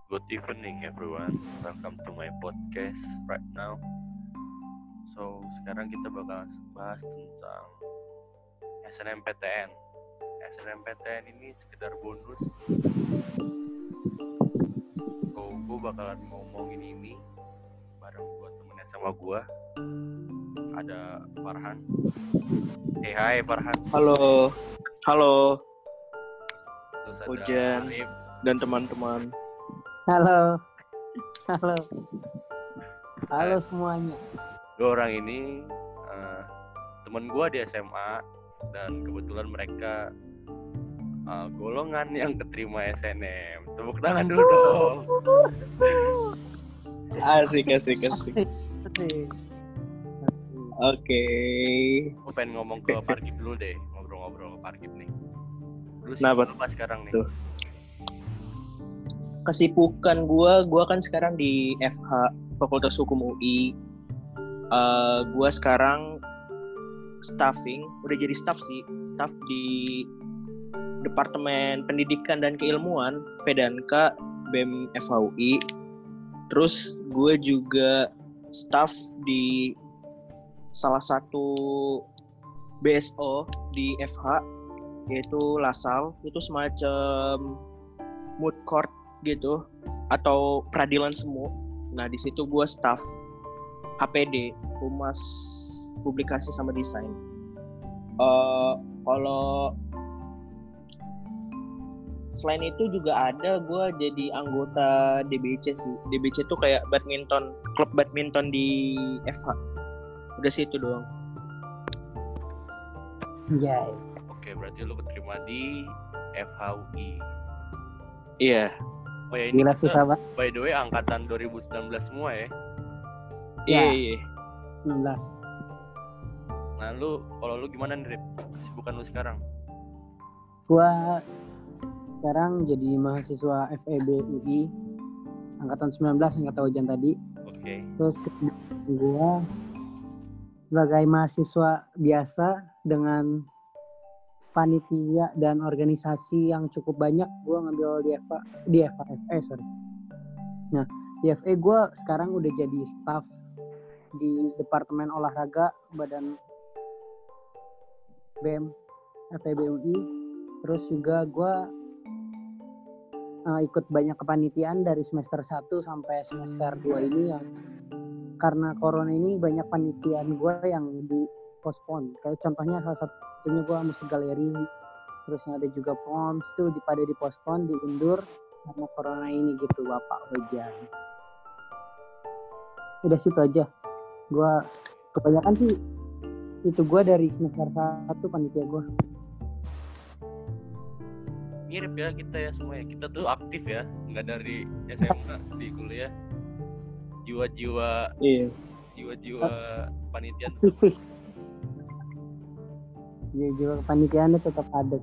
Good evening everyone. Welcome to my podcast right now. So, sekarang kita bakal bahas tentang SNMPTN. SNMPTN ini sekedar bonus. So, gue bakalan ngomongin ini bareng buat temennya sama gue. Ada Farhan. Hai Farhan. Halo. Terus ada Hujan. Arif. Dan teman-teman. Halo semuanya. Dua orang ini teman gue di SMA dan kebetulan mereka golongan yang keterima SNM. Tepuk tangan dulu dong. Asik. Asik. Oke. Gue pengen ngomong ke Parkip dulu deh, ngobrol-ngobrol ke Parkip nih. Lu Kenapa? apa sekarang nih? Tuh. Kesibukan gue kan sekarang di FH Fakultas Hukum UI. Gue sekarang staffing, udah jadi staff di Departemen Pendidikan dan Keilmuan PDNK BEM FHUI. Terus gue juga staff di salah satu BSO di FH, yaitu LASAL. Itu semacam moot court gitu atau peradilan semu. Nah, di situ gue staff HPD, Humas Publikasi sama Desain. Kalau selain itu juga ada gue jadi anggota DBC sih. DBC itu kayak klub badminton di FH. Udah situ doang. Jai. Oke, berarti lu keterima di FHUI. Iya. Oh ya, ini Gila kita, susah banget. by the way, angkatan 2019 semua ya. Iya. 19. Nah, kalau lu gimana nih, Rip? Kesibukan lu sekarang? Gua sekarang jadi mahasiswa FEB UI angkatan 19 yang kata Ojan tadi. Oke. Terus gua sebagai mahasiswa biasa dengan panitia dan organisasi yang cukup banyak, gue ngambil di FE. Nah, di FE gue sekarang udah jadi staff di Departemen Olahraga Badan BEM FEB UI. Terus juga gue ikut banyak kepanitiaan dari semester 1 sampai semester 2 ini, yang karena corona ini banyak panitiaan gue yang dipospon. Kayak contohnya salah satunya gue musik galeri, terus ada juga POMS tuh pada dipospon, diundur karena corona ini gitu, Bapak Ojan. Udah situ aja. Gue kebanyakan sih itu gue dari semester 1 panitia gue. Mirip ya kita ya semua ya. Kita tuh aktif ya, nggak dari SMA di kuliah. Jiwa-jiwa panitiaan Aktivis. Ya, jiwa kepanitiaannya tetap ada.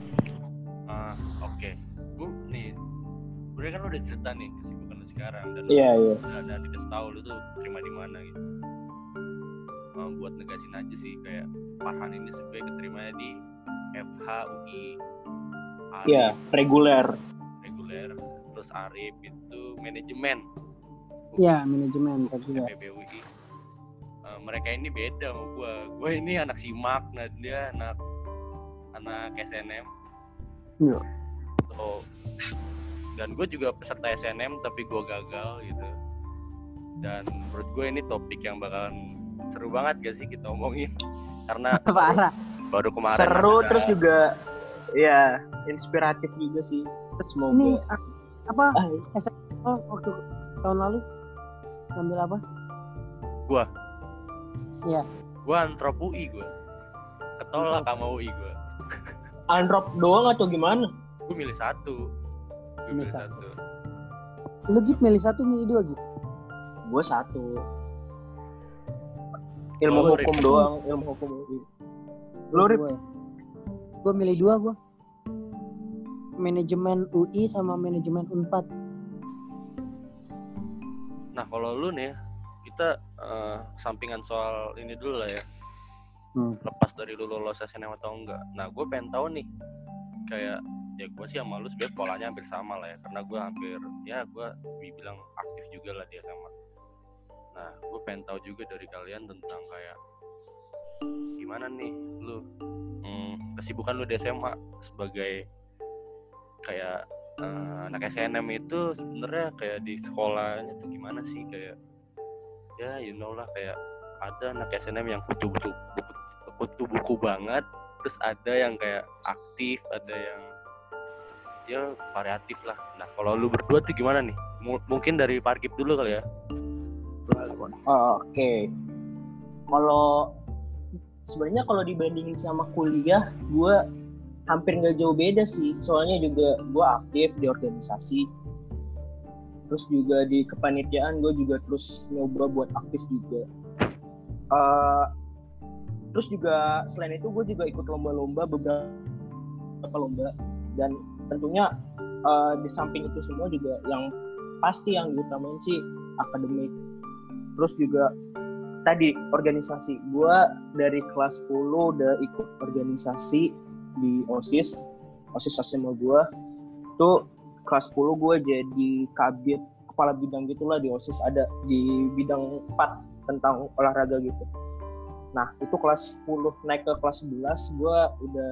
Oke. Gue nih, sebenarnya kan lu udah cerita nih kesibukan lu sekarang dan Iya. udah dikasih tahu lu tuh terima di mana gitu. Buat negasin aja sih, kayak Farhan ini sebagai keterimanya di FHUI. Iya, reguler. Terus Arif itu manajemen. Ya, manajemen reguler. FEBUI. Mereka ini beda sama gue. Gue ini anak simak, nah dia anak SNM. Iya. So, dan gue juga peserta SNM tapi gue gagal gitu. Dan menurut gue ini topik yang bakalan seru banget gak sih kita omongin, karena Parah. baru kemarin Seru terus juga ya inspiratif juga sih. Terus semoga Ini apa? SMA waktu tahun lalu ngambil apa? Gua. Iya. Gue antrop UI gue. Ketolak sama UI gue. Androp doang atau gimana? Gue milih satu. Milih satu. Lu Gip milih 1, milih 2 gitu? Gue satu. Ilmu Oh, hukum Rip. doang, ilmu hukum. Lu Rip? Gue milih 2 gue. Manajemen UI sama manajemen Unpad. Nah kalau lu nih, kita sampingan soal ini dulu lah ya. Lepas dari lu lolos SNM atau enggak. Nah gue pengen tahu nih, kayak ya gue sih sama lu sebenarnya polanya hampir sama lah ya, karena gue hampir ya gue dibilang aktif juga lah di SMA. Nah gue pengen tahu juga dari kalian tentang kayak gimana nih lu kesibukan lu di SMA sebagai kayak anak SNM itu sebenarnya kayak di sekolahnya tuh gimana sih, kayak ya you know lah, kayak ada anak SNM yang kutu buku banget, terus ada yang kayak aktif, ada yang ya variatif lah. Nah kalau lu berdua tuh gimana nih? Mungkin dari Parkip dulu kali ya. Oke. Kalau sebenarnya kalau dibandingin sama kuliah, gue hampir nggak jauh beda sih. Soalnya juga gue aktif di organisasi, terus juga di kepanitiaan gue juga terus nyoba buat aktif juga. Terus juga selain itu gue juga ikut lomba-lomba, beberapa lomba, dan tentunya di samping itu semua juga yang pasti yang diutamain sih akademik. Terus juga tadi organisasi, gue dari kelas 10 udah ikut organisasi di OSIS SMA gue. Tuh kelas 10 gue jadi kabid kepala bidang gitulah di OSIS, ada di bidang 4 tentang olahraga gitu. Nah itu kelas 10 naik ke kelas 11 gue udah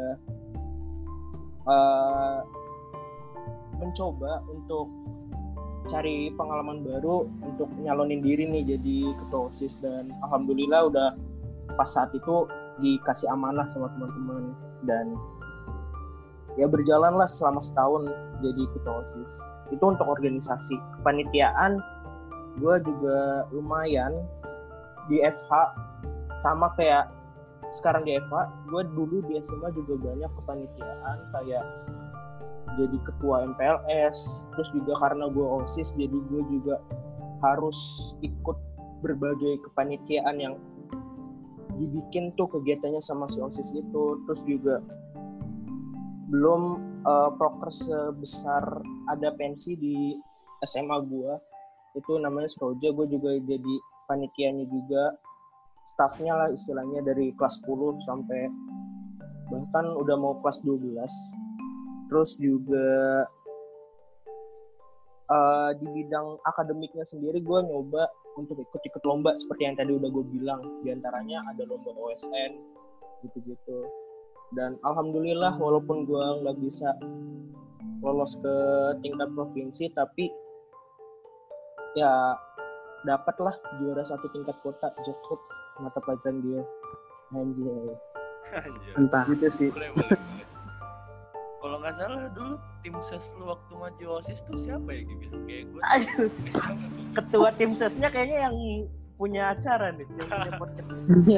mencoba untuk cari pengalaman baru untuk nyalonin diri nih jadi ketua OSIS, dan alhamdulillah udah pas saat itu dikasih amanah sama teman-teman, dan ya berjalanlah selama setahun jadi ketua OSIS. Itu untuk organisasi. Kepanitiaan gue juga lumayan di FH, sama kayak sekarang di FH. Gue dulu di SMA juga banyak kepanitiaan, kayak jadi ketua MPLS, terus juga karena gue OSIS jadi gue juga harus ikut berbagai kepanitiaan yang dibikin tuh kegiatannya sama si OSIS itu. Terus juga belum proker sebesar ada pensi di SMA gue, itu namanya Seroja. Gue juga jadi panitianya juga, staffnya lah istilahnya, dari kelas 10 sampai bahkan udah mau kelas 12. Terus juga di bidang akademiknya sendiri gue nyoba untuk ikut lomba seperti yang tadi udah gue bilang. Di antaranya ada lomba OSN gitu-gitu. Dan alhamdulillah walaupun gue nggak bisa lolos ke tingkat provinsi, tapi ya dapatlah juara 1 tingkat kota Jokut mata pelajaran dia. Anjay. Entah. Gitu sih. Boleh. Kalau nggak salah dulu tim ses lu waktu maju OSIS tuh siapa ya gitu? Kayak gue. Aduh. Ketua tim sesnya kayaknya yang punya acara nih, yang punya podcast.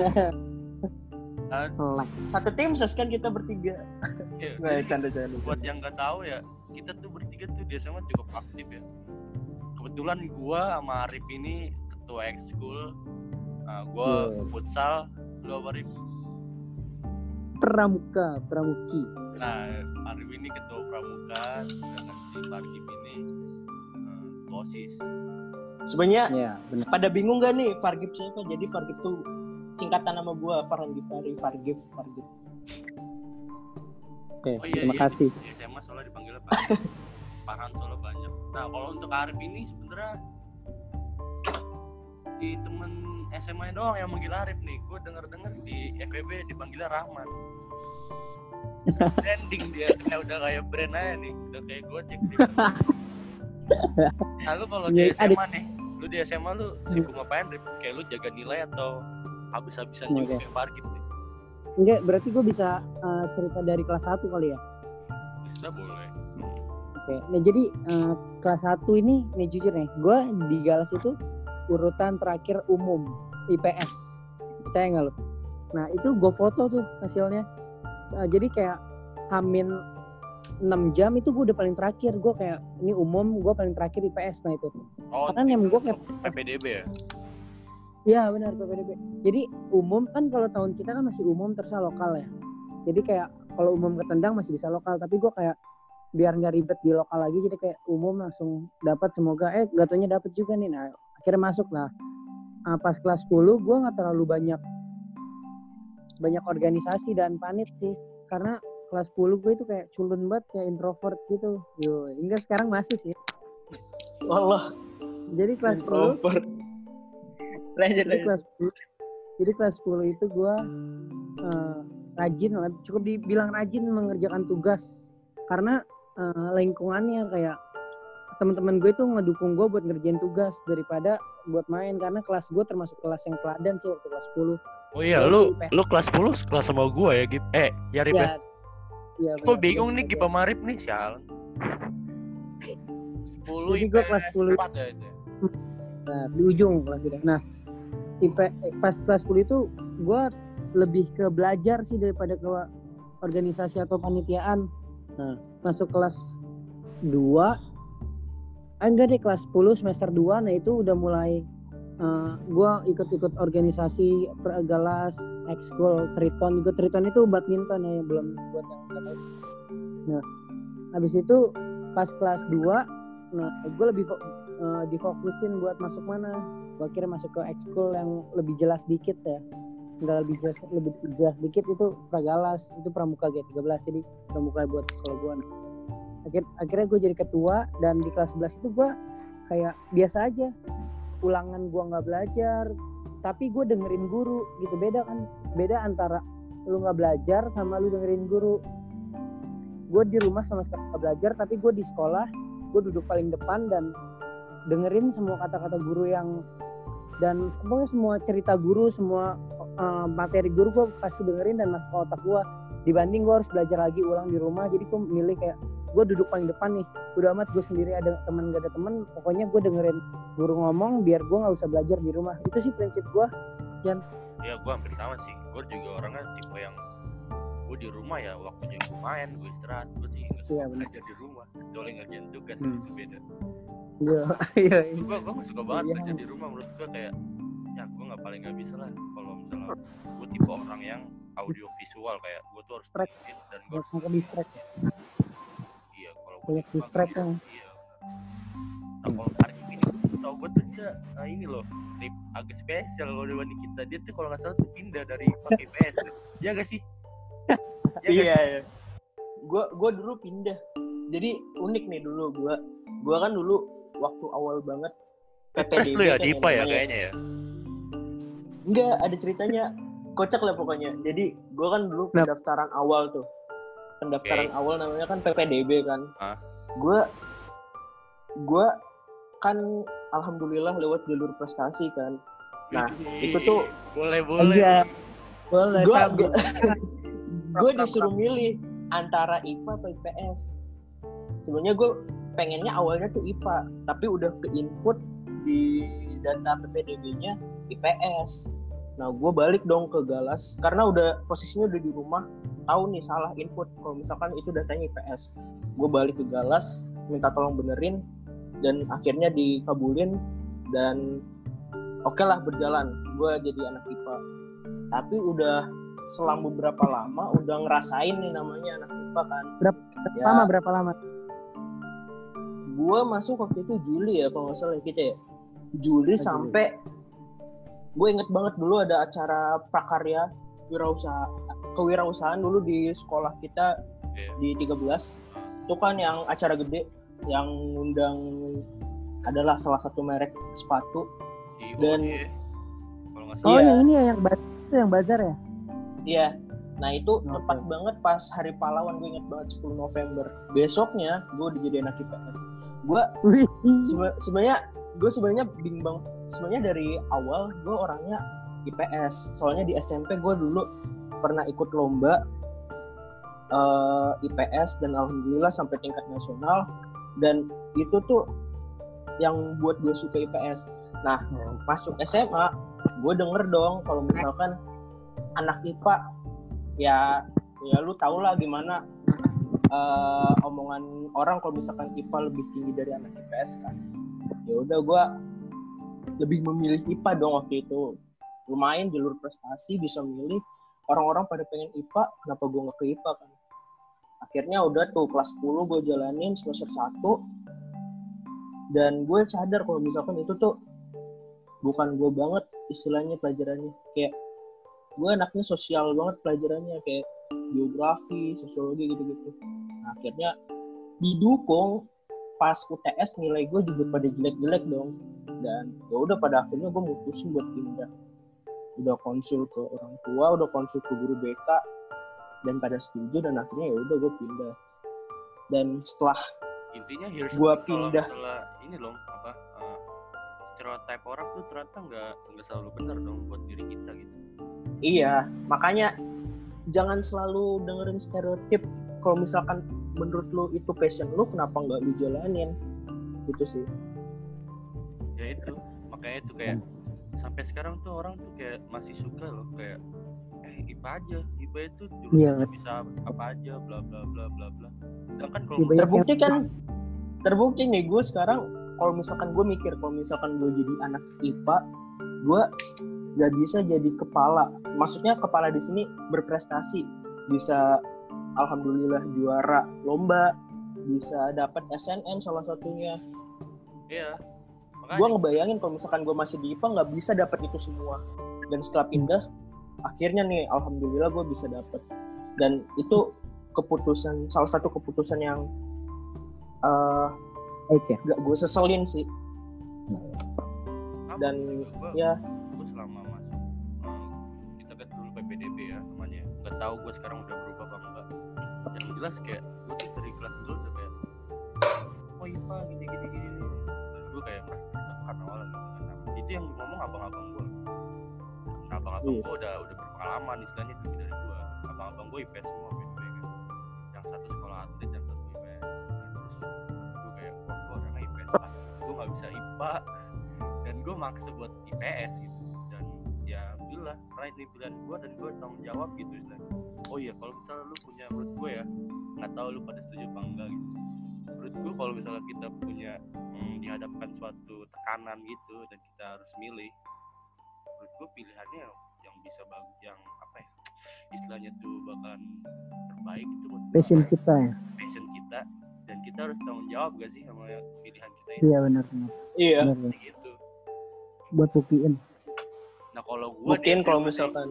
Satu tim ses kan kita bertiga. Ya, nggak canda. Buat yang nggak tahu ya, kita tuh bertiga tuh di SMA cukup aktif ya. Kebetulan gua sama Arif ini ketua ekskul. Gua futsal, lu apa Arif? Pramuki. Nah, Arif ini ketua pramuka, sedangkan si Parkip ini OSIS. Sebenarnya Ya, benar. pada bingung gak nih Fargib siapa? Jadi Fargib tuh singkatan nama gue, Farhan Gifari, Fargib. Oke, Oh iya, terima kasih. Di SMA soalnya dipanggilnya Farhan soalnya banyak. Nah, kalau untuk Arif ini sebenarnya di temen SMA doang yang manggil Arif nih. Gue denger di FEB dipanggilnya Rahman. Branding dia, udah kayak brand aja nih, udah kayak Gojek dia. Nah, lu kalau di SMA nih, lu di SMA lu sibuk ngapain? Kayak lu jaga nilai atau habis-habisan juga kayak Parkip nih? Enggak, berarti gue bisa cerita dari kelas 1 kali ya? Bisa, boleh. Oke, nah jadi kelas 1 ini, nih jujur nih, gue di Galas itu urutan terakhir umum IPS. Percaya nggak lo? Nah itu gue foto tuh hasilnya. Jadi kayak hamin 6 jam itu gue udah paling terakhir. Gue kayak ini umum, gue paling terakhir IPS. Nah itu. Oh, karena yang gue kayak PPDB ya? Iya benar, PPDB. Jadi umum kan kalau tahun kita kan masih umum terusnya lokal ya. Jadi kayak kalau umum ketendang masih bisa lokal, tapi gue kayak biar nggak ribet di lokal lagi, jadi kayak umum langsung dapat, semoga gak taunya dapat juga nih. Nah akhirnya masuk lah. Pas kelas 10 gue nggak terlalu banyak organisasi dan panit sih, karena kelas 10 gue itu kayak culun banget, kayak introvert gitu. Enggak, sekarang masih sih. Allah. Jadi kelas 10 Introvert. Lanjut. Jadi kelas 10 itu gue rajin, cukup dibilang rajin mengerjakan tugas. Karena lingkungannya kayak teman-teman gue tuh ngedukung gue buat ngerjain tugas daripada buat main, karena kelas gue termasuk kelas yang teladan sih waktu kelas 10. Oh iya, lu kelas 10 kelas sama gua ya gitu. Ya Rip. Iya. Gue bingung nih Gipa Marip nih, sialan. 10 Jadi gue kelas 10 4 ya itu. Nah, di ujung kelas itu. Nah, pas kelas 10 itu gue lebih ke belajar sih daripada ke organisasi atau panitiaan. Nah, masuk kelas 2 enggak deh, kelas 10 semester 2, nah itu udah mulai gue ikut organisasi galas, ekskul, triton. Juga triton itu badminton ya, belum buat yang enggak tahu. Nah, habis itu pas kelas 2, nah gue lebih difokusin buat masuk mana. Gue kira masuk ke ekskul yang lebih jelas dikit ya. Enggak lebih jelas dikit itu pragalas, itu pramuka G13, jadi pramuka buat sekolah gue. Nah, akhirnya gue jadi ketua, dan di kelas 11 itu gue kayak biasa aja, ulangan gue nggak belajar tapi gue dengerin guru gitu. Beda antara lu nggak belajar sama lu dengerin guru. Gue di rumah sama sekali nggak belajar, tapi gue di sekolah gue duduk paling depan dan dengerin semua kata-kata guru dan pokoknya semua cerita guru, semua materi guru gue pasti dengerin dan masuk ke otak gue, dibanding gue harus belajar lagi ulang di rumah. Jadi gue milih kayak gue duduk paling depan nih, udah amat gue sendiri, ada teman gak ada teman, pokoknya gue dengerin guru ngomong biar gue nggak usah belajar di rumah. Itu sih prinsip gue, Jan. Ya gue hampir sama sih, gue juga orangnya tipe yang gue di rumah ya waktunya gue main, gue istirahat. Gue sih nggak suka belajar di rumah, kecuali ngerjain tugas itu beda. Iya. Gue suka banget belajar di rumah. Menurut gue kayak ya gue paling nggak bisa lah kalau misalnya gue tipe orang yang audio visual, kayak gue tuh harus dengerin dan gue harus distract. Iya, kalau banyak distract kan. Iya. Nah, kalau hari ini gue tau gue tuh dia ini loh, Rip, agak spesial kalau dibanding kita. Dia tuh kalau nggak salah tuh pindah dari pakai PS. Iya gak sih? Iya. Gue dulu pindah. Jadi unik nih dulu gue kan dulu waktu awal banget PPDB lu ya di IPA ya kayaknya ya. Enggak, ada ceritanya. Kocak lah pokoknya. Jadi gue kan dulu pendaftaran awal tuh. Pendaftaran awal namanya kan PPDB kan. Gue kan alhamdulillah lewat jalur prestasi kan. Nah, itu tuh boleh. Iya. Boleh. Gue disuruh milih antara IPA atau IPS. Sebenarnya gue pengennya awalnya tuh IPA, tapi udah ke input di data PPDB-nya IPS. Nah, gue balik dong ke Galas karena udah posisinya udah di rumah, tahu nih salah input kalau misalkan itu datanya IPS. Gue balik ke Galas, minta tolong benerin, dan akhirnya dikabulin, dan oke lah berjalan. Gue jadi anak IPA. Tapi udah selang beberapa lama udah ngerasain nih namanya anak IPA kan. Berapa lama? Gue masuk waktu itu Juli ya kalau nggak salah kita ya. Juli sampai gue inget banget dulu ada acara prakarya kewirausahaan dulu di sekolah kita di 13. Itu kan yang acara gede yang ngundang adalah salah satu merek sepatu. Dan yang ini ya yang bazar ya? Iya. Nah itu tepat banget pas Hari Pahlawan, gue inget banget 10 November. Besoknya gue udah jadi anak IPS. Gue sebenarnya bimbang. Sebenarnya dari awal gue orangnya IPS. Soalnya di SMP gue dulu pernah ikut lomba IPS dan alhamdulillah sampai tingkat nasional. Dan itu tuh yang buat gue suka IPS. Nah masuk SMA gue denger dong kalau misalkan anak IPA ya lu tau lah gimana omongan orang kalau misalkan IPA lebih tinggi dari anak IPS kan. Ya udah gue lebih memilih IPA dong waktu itu. Lumayan jalur prestasi, bisa milih. Orang-orang pada pengen IPA, kenapa gue nggak ke IPA kan? Akhirnya udah tuh kelas 10 gue jalanin semester 1. Dan gue sadar kalau misalkan itu tuh bukan gue banget istilahnya pelajarannya. Kayak gue anaknya sosial banget pelajarannya, kayak geografi, sosiologi gitu-gitu. Nah, akhirnya didukung pas UTS nilai gue juga pada jelek-jelek dong, dan ya udah pada akhirnya gue mutusin buat pindah. Udah konsul ke orang tua, udah konsul ke guru BK, dan pada setuju, dan akhirnya ya udah gue pindah. Dan setelah Intinya here's Gua the thing, pindah. kalau masalah ini loh apa stereotype orang tuh ternyata nggak selalu benar dong buat diri kita gitu. iya, makanya jangan selalu dengerin stereotip. Kalau misalkan menurut lu itu passion lu, kenapa nggak lu jalanin? Gitu sih. Ya itu makanya itu kayak sampai sekarang tuh orang tuh kayak masih suka loh kayak IPA aja, IPA itu jurusannya bisa apa aja, bla bla bla bla bla. Sedangkan kalau terbukti nih, gue sekarang kalau misalkan gue mikir, kalau misalkan gue jadi anak IPA, gue nggak bisa jadi kepala. Maksudnya kepala di sini berprestasi, bisa alhamdulillah juara lomba, bisa dapat SNM salah satunya. iya. Gue ngebayangin kalau misalkan gue masih di IPA nggak bisa dapat itu semua. Dan setelah pindah, akhirnya nih alhamdulillah gue bisa dapat. Dan itu salah satu keputusan yang gak gue seselin sih. Dan ya gue selama masuk kita kan dulu PPDB ya namanya, nggak tahu gue sekarang udah berubah apa enggak. Yang jelas kayak gue tuh dari kelas dulu udah kayak IPA gini dan gue kayak tertekan awal gitu kan. Itu yang ngomong abang-abang gue. Abang-abang gue udah berpengalaman istilahnya lebih dari gue. Abang-abang gue IPS semua PPDB kan. Yang satu sekolah atlet, yang satu IPS. Terus gue kayak gue orangnya IPS lah, gue nggak bisa IPA. Dan gue maksa buat IPS gitu, dan ya alhamdulillah right nih pilihan gue, dan gue tanggung jawab gitu istilahnya. Oh iya, kalau misalnya lu punya, menurut gue ya, nggak tahu lu pada setuju apa enggak gitu, menurut gue kalau misalnya kita punya dihadapkan suatu tekanan gitu dan kita harus milih, menurut gue pilihannya yang bisa bagus, yang apa ya istilahnya tuh bakalan terbaik itu passion kita ya. Passion kita, dan kita harus tanggung jawab gak sih sama pilihan kita itu. Iya benar. Iya. Gitu. Buat buktiin. Nah kalau gue mungkin kalau misalkan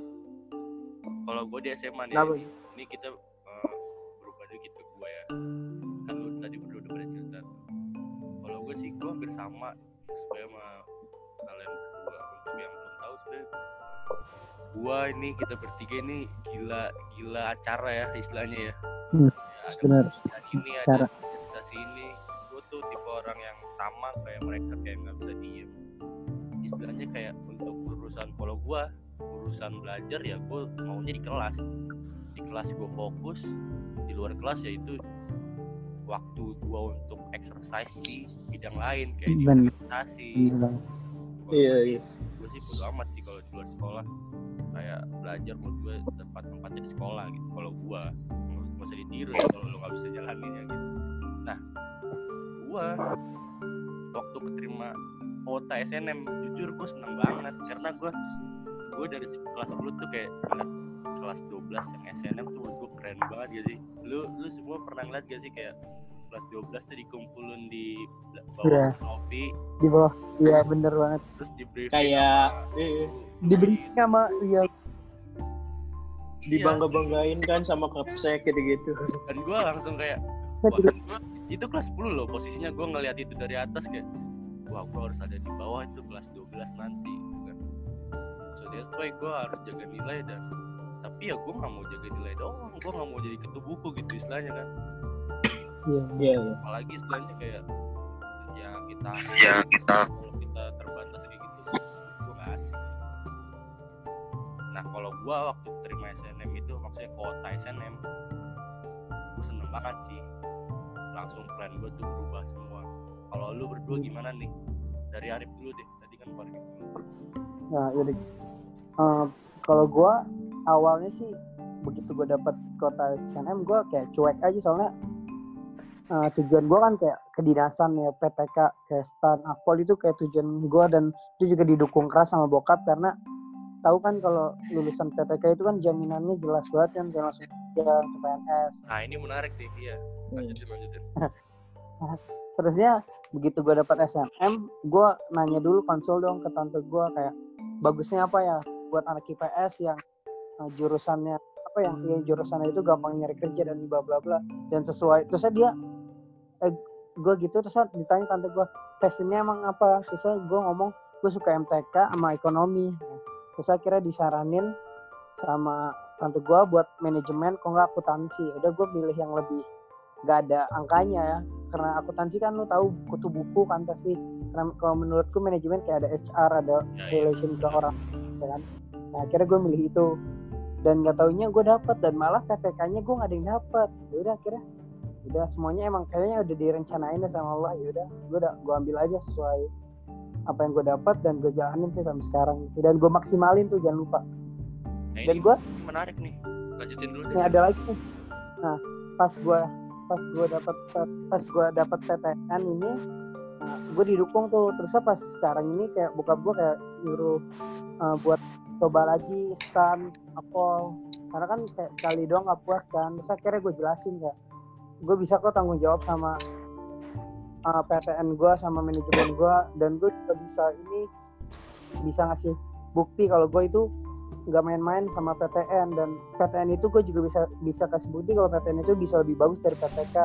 di SMA nih, ini kita berubah dikit ke gue ya. Kan lu tadi udah pada cerita. Kalau gue sih gue hampir sama supaya sama kalian berdua. Untuk yang belum tahu sebenarnya, gue ini kita bertiga ini gila acara ya istilahnya ya. Benar. Ini ada presentasi ini. Gue tuh tipe orang yang sama kayak mereka, kayak nggak bisa diem. Istilahnya kayak untuk urusan, kalau gue urusan belajar ya gue maunya di kelas gue fokus, di luar kelas ya itu waktu gue untuk exercise di bidang lain kayak di presentasi. Iya. Gue sih bodo amat sih kalau di luar sekolah, kayak belajar menurut gue tempatnya di sekolah gitu. Kalau gue nggak usah ditiru ya kalau lo nggak bisa jalanin ya gitu. Nah gue waktu keterima kuota SNM, jujur gue seneng banget karena gue dari kelas 10 tuh kayak kelas 12 yang SNM tuh gue keren banget ya sih. Lu semua pernah ngeliat gak sih kayak kelas 12 tuh dikumpulin di bawah Novi, di bawah. Iya bener banget. Terus di briefing kayak di briefing sama dibangga-banggain kan sama kapsek gitu. Dan gue langsung kayak itu kelas 10 loh posisinya, gue ngeliat itu dari atas kayak wah gue harus ada di bawah itu kelas 12 nanti gitu kan. So that's why gue harus jaga nilai, dan tapi ya gue nggak mau jaga nilai doang, gue nggak mau jadi ketua buku gitu istilahnya kan. Iya. Apalagi istilahnya kayak ya kita kalau kita terbatas kayak gitu, gue nggak asik. Nah kalau gue waktu terima SNM itu, maksudnya kuota SNM, gue seneng banget sih, langsung plan gue tuh berubah semua. Kalau lu berdua gimana nih? Dari Arif dulu deh, tadi kan Arif dulu. Nah yaudah, kalau gue awalnya sih begitu gue dapat kuota SNM gue kayak cuek aja, soalnya tujuan gue kan kayak kedinasan ya, PTK, kayak STAN, Akpol itu kayak tujuan gue, dan itu juga didukung keras sama bokap karena tahu kan kalau lulusan PTK itu kan jaminannya jelas banget kan, kayak langsung kerja ke PNS. Nah ini menarik nih, iya. Lanjutin. Terusnya begitu gue dapat SNM, gue nanya dulu, konsul dong ke tante gue kayak bagusnya apa ya buat anak IPS yang jurusannya apa yang jurusan itu gampang nyari kerja dan bla bla bla dan sesuai. Terus dia gue gitu, terus ditanya tante gue passionnya emang apa, terus gue ngomong gue suka MTK sama ekonomi. Terus akhirnya disaranin sama tante gue buat manajemen kok nggak akuntansi. Udah gue pilih yang lebih gak ada angkanya ya, karena akuntansi kan lu tahu kutu buku kan pasti. Karena kalau menurutku manajemen kayak ada HR, ada relation ke orang ya kan. Nah akhirnya gue milih itu dan nggak taunya gue dapet, dan malah PTK-nya gue nggak ada yang dapet. Ya udah akhirnya udah semuanya emang kayaknya udah direncanain sama Allah. Ya udah gue ambil aja sesuai apa yang gue dapat dan gue jalanin sih sampai sekarang dan gue maksimalin tuh, jangan lupa. Nah, dan gue menarik nih, lanjutin dulu nih ada lagi nih. Nah pas gue dapat PTN ini, nah, gue didukung tuh. Terusnya pas sekarang ini kayak bokap gue kayak nyuruh buat coba lagi stan apol, karena kan kayak sekali doang gak puas kan. Terus akhirnya gue jelasin kayak gue bisa kok tanggung jawab sama PTN gue sama manajemen gue, dan gue juga bisa ngasih bukti kalau gue itu nggak main-main sama PTN, dan PTN itu gue juga bisa kasih bukti kalau PTN itu bisa lebih bagus dari PTK.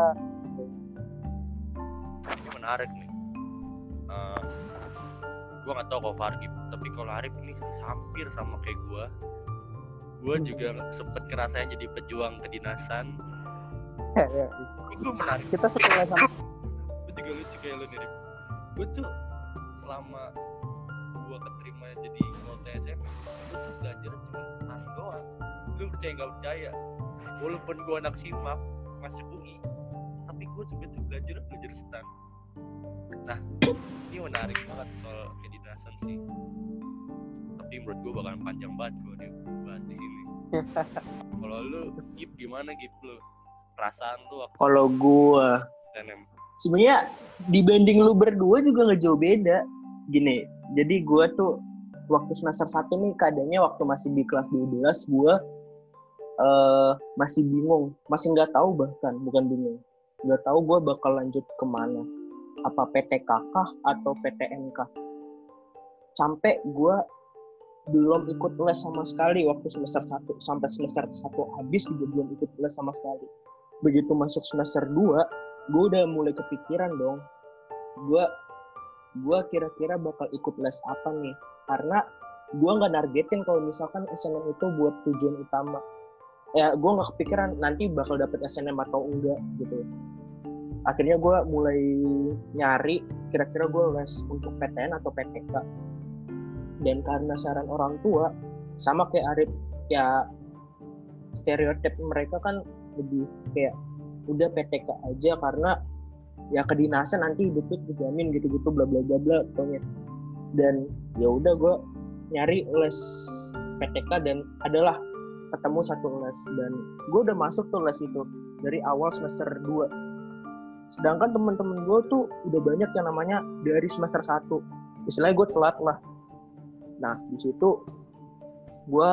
Ini menarik nih. Gue nggak tahu kalau Fargib, tapi kalau Arif ini hampir sama kayak gue juga sempet ngerasain jadi pejuang kedinasan. Gue menarik. Kita setelah sama. Gue juga lucu kayak lu nih. Gue tuh selama gue keterima jadi anggota SMA, gue tuh belajar cuma setahun doang. Lu percaya nggak percaya? Walaupun gue anak simak masuk UI, tapi gue sebenarnya tuh belajar setahun. Nah, ini menarik banget soal kedinasan sih. Tapi menurut gue bakalan panjang banget gue bahas di sini. Kalau lu Gip gimana Gip lu? Perasaan tuh waktu kalau gue sebenarnya dibanding lu berdua juga nggak jauh beda gini. Jadi gue tuh waktu semester 1 nih keadaannya waktu masih di kelas 12 gue masih bingung, masih nggak tahu, bahkan bukan bingung, nggak tahu gue bakal lanjut kemana, apa PTK kah atau PTN kah. Sampai gue belum ikut les sama sekali waktu semester 1, sampai semester 1 habis juga belum ikut les sama sekali. Begitu masuk semester 2, gue udah mulai kepikiran dong, gue kira-kira bakal ikut les apa nih, karena gue nggak nargetin kalau misalkan SNM itu buat tujuan utama. Ya gue nggak kepikiran nanti bakal dapet SNM atau enggak gitu. Akhirnya gue mulai nyari kira-kira gue les untuk PTN atau PTK. Dan karena saran orang tua, sama kayak Arif, ya stereotip mereka kan lebih kayak udah PTK aja karena ya kedinasan nanti hidupnya dijamin gitu-gitu bla bla bla bla pokoknya. Dan ya udah gue nyari les PTK dan adalah ketemu satu les, dan gue udah masuk tuh les itu dari awal semester 2. Sedangkan teman-teman gue tuh udah banyak yang namanya dari semester 1. Istilahnya gue telat lah. Nah di situ gue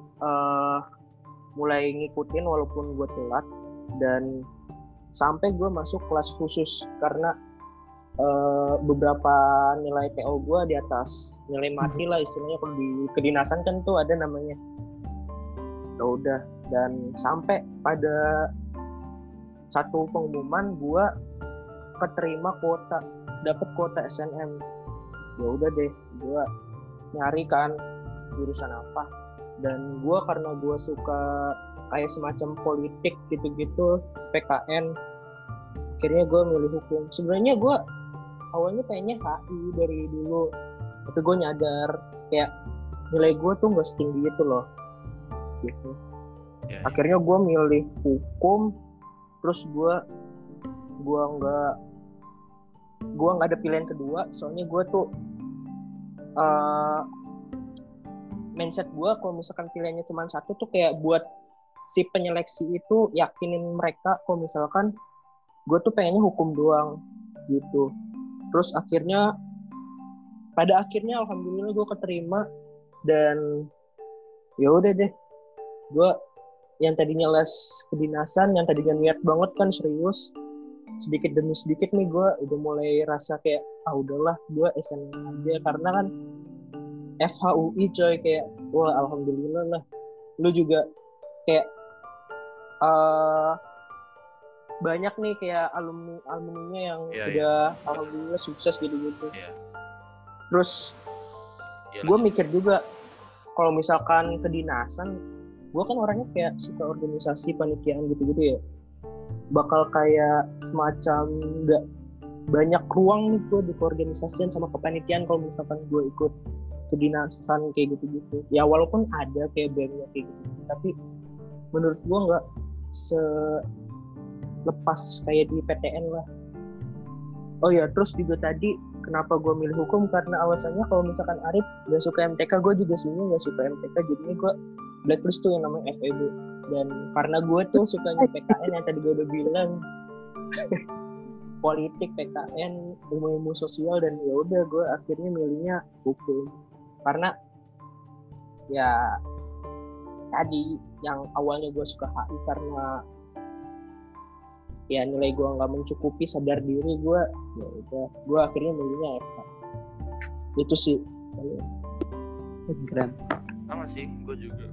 mulai ngikutin walaupun gue telat, dan sampai gue masuk kelas khusus karena beberapa nilai TO gue di atas nilai mati lah istilahnya. Kalau di kedinasan kan tuh ada namanya. Ya udah, dan sampai pada satu pengumuman gue keterima kuota, dapet kuota SNM. Ya udah deh, gue nyari kan jurusan apa, dan gue karena gue suka kayak semacam politik gitu-gitu, PKN, akhirnya gue milih hukum. Sebenarnya gue awalnya pengennya HI dari dulu, tapi gue nyadar kayak nilai gue tuh nggak setinggi itu loh gitu. Akhirnya gue milih hukum. Terus gue nggak ada pilihan kedua, soalnya gue tuh mindset gue kalau misalkan pilihannya cuma satu tuh kayak buat si penyeleksi itu yakinin mereka kalau misalkan gue tuh pengennya hukum doang gitu. Terus pada akhirnya alhamdulillah gue keterima, dan ya udah deh, gue yang tadinya les kedinasan, yang tadinya niat banget kan serius, sedikit demi sedikit nih gue udah mulai rasa kayak udahlah gue SNM aja, karena kan FHUI coy, kayak wah alhamdulillah lah. Lu juga kayak banyak nih kayak alumninya yang Iya, udah alhamdulillah sukses gitu-gitu. Iya. Terus Iya, gue mikir juga kalau misalkan kedinasan, gue kan orangnya kayak suka organisasi panitiaan gitu-gitu ya, bakal kayak semacam nggak banyak ruang nih gue di keorganisasian sama kepanitiaan kalau misalkan gue ikut kedinasan kayak gitu-gitu. Ya walaupun ada kayak BEM-nya kayak gitu, tapi menurut gue nggak selepas kayak di PTN lah. Oh ya, terus juga tadi kenapa gue milih hukum karena alasannya kalau misalkan Arif gak suka MTK, gue juga sebenarnya gak suka MTK, jadinya gue blacklist tuh yang namanya FEB. Dan karena gue tuh sukanya PKN yang tadi gue udah bilang, politik, PKN, ilmu sosial, dan ya udah gue akhirnya milihnya hukum karena ya tadi yang awalnya gue suka HI karena ya nilai gue nggak mencukupi sadar diri gue, ya udah gue akhirnya milihnya FK. Itu sih Keren. sama sih, gue juga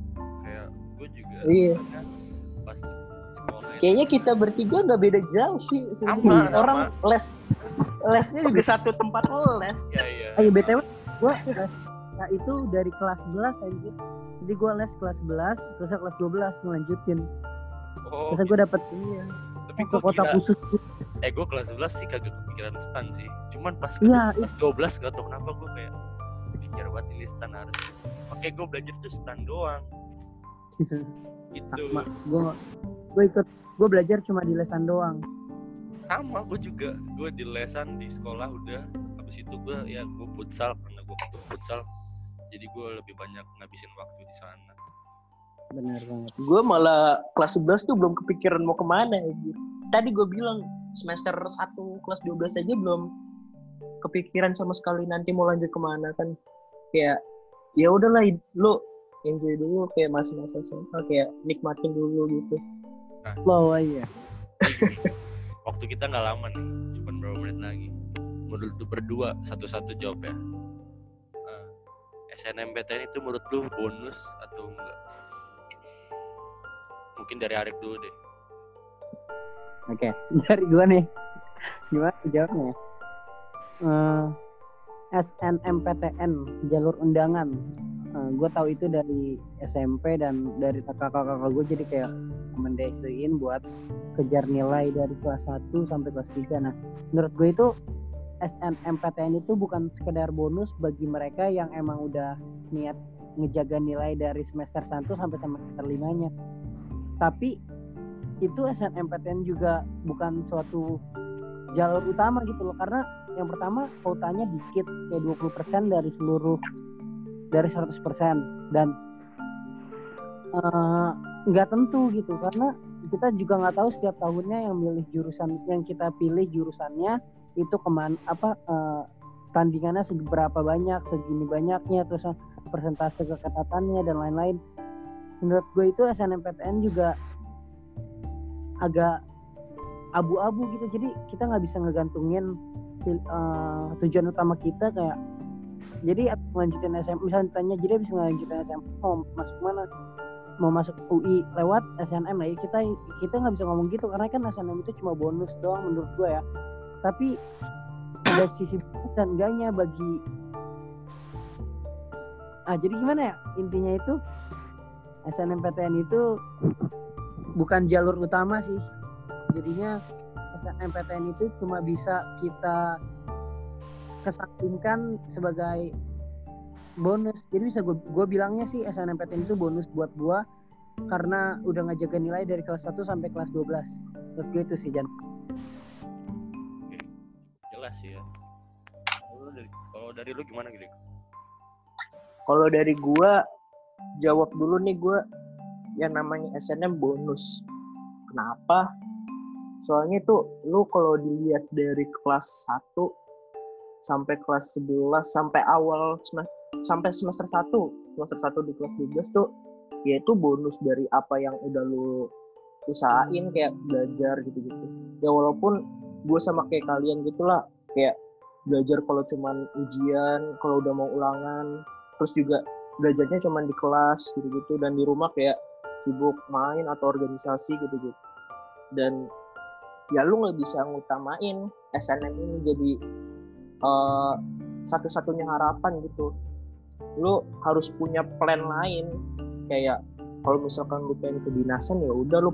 Iya. pas sekolah Kayaknya kita bertiga nggak beda jauh sih. Sama. Orang lesnya juga satu tempat les. Iya. Ayo BTW gue nah itu dari kelas 11 anjir. Jadi gue les kelas 11 terus kelas 12 ngelanjutin. Oh, Terus gue dapet tapi ke gue kota khusus. gue kelas 11 sih kagak kepikiran stan sih. Cuman pas Iya, kelas 12 gak tau kenapa gue kayak pikir buat ini stan harus. Oke, gue belajar tuh stan doang. Gitu. Sama. Gue belajar cuma di lesan doang. Sama, gue juga. Gue di lesan di sekolah udah. Habis itu gue futsal karena gue futsal. Jadi gue lebih banyak ngabisin waktu di sana. Benar banget. Gue malah kelas 11 tuh belum kepikiran mau kemana ya. Tadi gue bilang semester 1 kelas 12 aja belum kepikiran sama sekali nanti mau lanjut kemana kan. Kayak ya udahlah lu enjoy dulu kayak masa-masa SMA, kayak nikmatin dulu gitu. Wow, iya. Waktu kita nggak lama nih, cuma berapa menit lagi. Menurut lu berdua satu-satu jawab ya. SNMPTN itu menurut lu bonus atau enggak? Mungkin dari Arif dulu deh. Oke, dari gue nih. Gimana jawabnya? SNMPTN jalur undangan. Gue tahu itu dari SMP dan dari kakak-kakak gue, jadi kayak mendesiin buat kejar nilai dari kelas 1 sampai kelas 3. Nah, menurut gue itu SNMPTN itu bukan sekedar bonus bagi mereka yang emang udah niat ngejaga nilai dari semester 1 sampai semester 5-nya. Tapi itu SNMPTN juga bukan suatu jalur utama gitu loh, karena yang pertama kuotanya dikit, kayak 20% dari 100%, dan nggak tentu gitu, karena kita juga nggak tahu setiap tahunnya yang milih jurusan yang kita pilih jurusannya itu kemana, tandingannya seberapa banyak, segini banyaknya, terus persentase keketatannya dan lain-lain. Menurut gue itu SNMPTN juga agak abu-abu gitu, jadi kita nggak bisa ngegantungin tujuan utama kita, kayak jadi lanjutin SMA, misalnya ditanya jadi bisa ngelanjutin SMA mau masuk mana, mau masuk UI lewat SNM lah ya, kita nggak bisa ngomong gitu karena kan SNM itu cuma bonus doang menurut gue ya. Tapi ada sisi bagus dan enggaknya bagi jadi gimana ya, intinya itu SNMPTN itu bukan jalur utama sih, jadinya SNMPTN itu cuma bisa kita kesampingkan sebagai bonus. Jadi bisa gue bilangnya sih SNMPTN itu bonus buat gue karena udah ngejaga nilai dari kelas 1 sampai kelas 12. Menurut gue itu sih, Jan. Jelas sih ya. Kalau dari lu gimana gitu? Kalau dari gue jawab dulu nih, gue yang namanya SNM bonus. Kenapa? Soalnya tuh lu kalau dilihat dari kelas 1 sampai kelas 11 sampai sampai semester 1 di kelas 12 tuh ya itu bonus dari apa yang udah lu usahain, kayak belajar gitu-gitu. Ya walaupun gue sama kayak kalian gitulah, kayak belajar kalau cuman ujian, kalau udah mau ulangan, terus juga belajarnya cuman di kelas gitu-gitu, dan di rumah kayak sibuk main atau organisasi gitu. Dan ya lu nggak bisa ngutamain SNM ini jadi satu-satunya harapan gitu. Lu harus punya plan lain, kayak kalau misalkan lu pengen kedinasan ya udah lu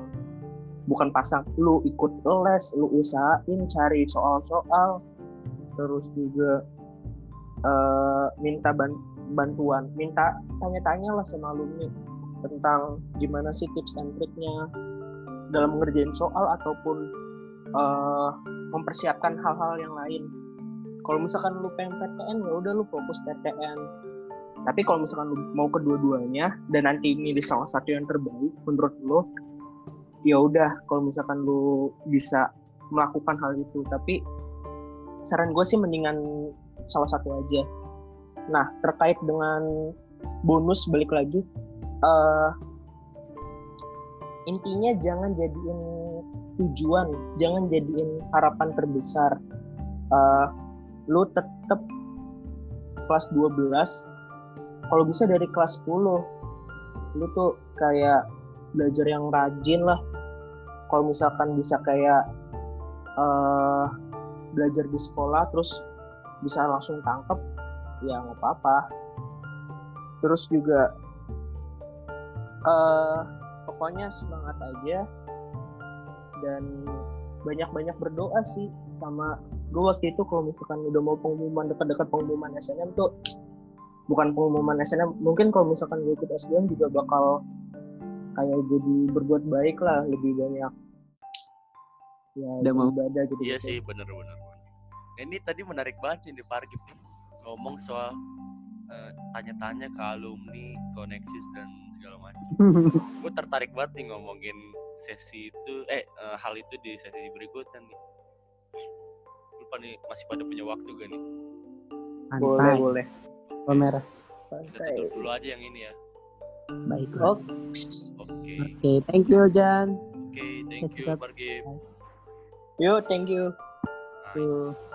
lu ikut les, lu usahain cari soal-soal, terus juga minta bantuan, minta tanya-tanya lah sama alumni tentang gimana sih tips and triknya dalam ngerjain soal ataupun mempersiapkan hal-hal yang lain. Kalau misalkan lu pengen PTN ya udah lu fokus PTN. Tapi kalau misalkan lu mau kedua-duanya dan nanti milih salah satu yang terbaik menurut lu, ya udah kalau misalkan lu bisa melakukan hal itu. Tapi saran gue sih mendingan salah satu aja. Nah, terkait dengan bonus, balik lagi, intinya jangan jadiin tujuan, jangan jadiin harapan terbesar. Lu tetap kelas 12, kalau bisa dari kelas 10 lu tuh kayak belajar yang rajin lah. Kalau misalkan bisa kayak belajar di sekolah terus bisa langsung tangkep, ya nggak apa-apa. Terus juga pokoknya semangat aja dan banyak-banyak berdoa sih. Sama gue waktu itu kalau misalkan udah mau pengumuman, dekat-dekat pengumuman SNM tuh, bukan pengumuman SNM, mungkin kalau misalkan gue ikut SBM juga bakal kayak jadi berbuat baik lah, lebih banyak ya beribadah gitu. Iya sih, bener. Ini tadi menarik banget nih di Pargip ngomong soal tanya-tanya ke alumni, koneksis dan segala macam. Gue tertarik banget nih ngomongin sesi itu, hal itu di sesi berikutnya nih. Lupa nih, masih pada punya waktu gak nih? Boleh. Merah. Kita tutup dulu aja yang ini ya. Baiklah. Oke. Thank you Jan. Thank you Pargip. Yo, thank you. Thank you.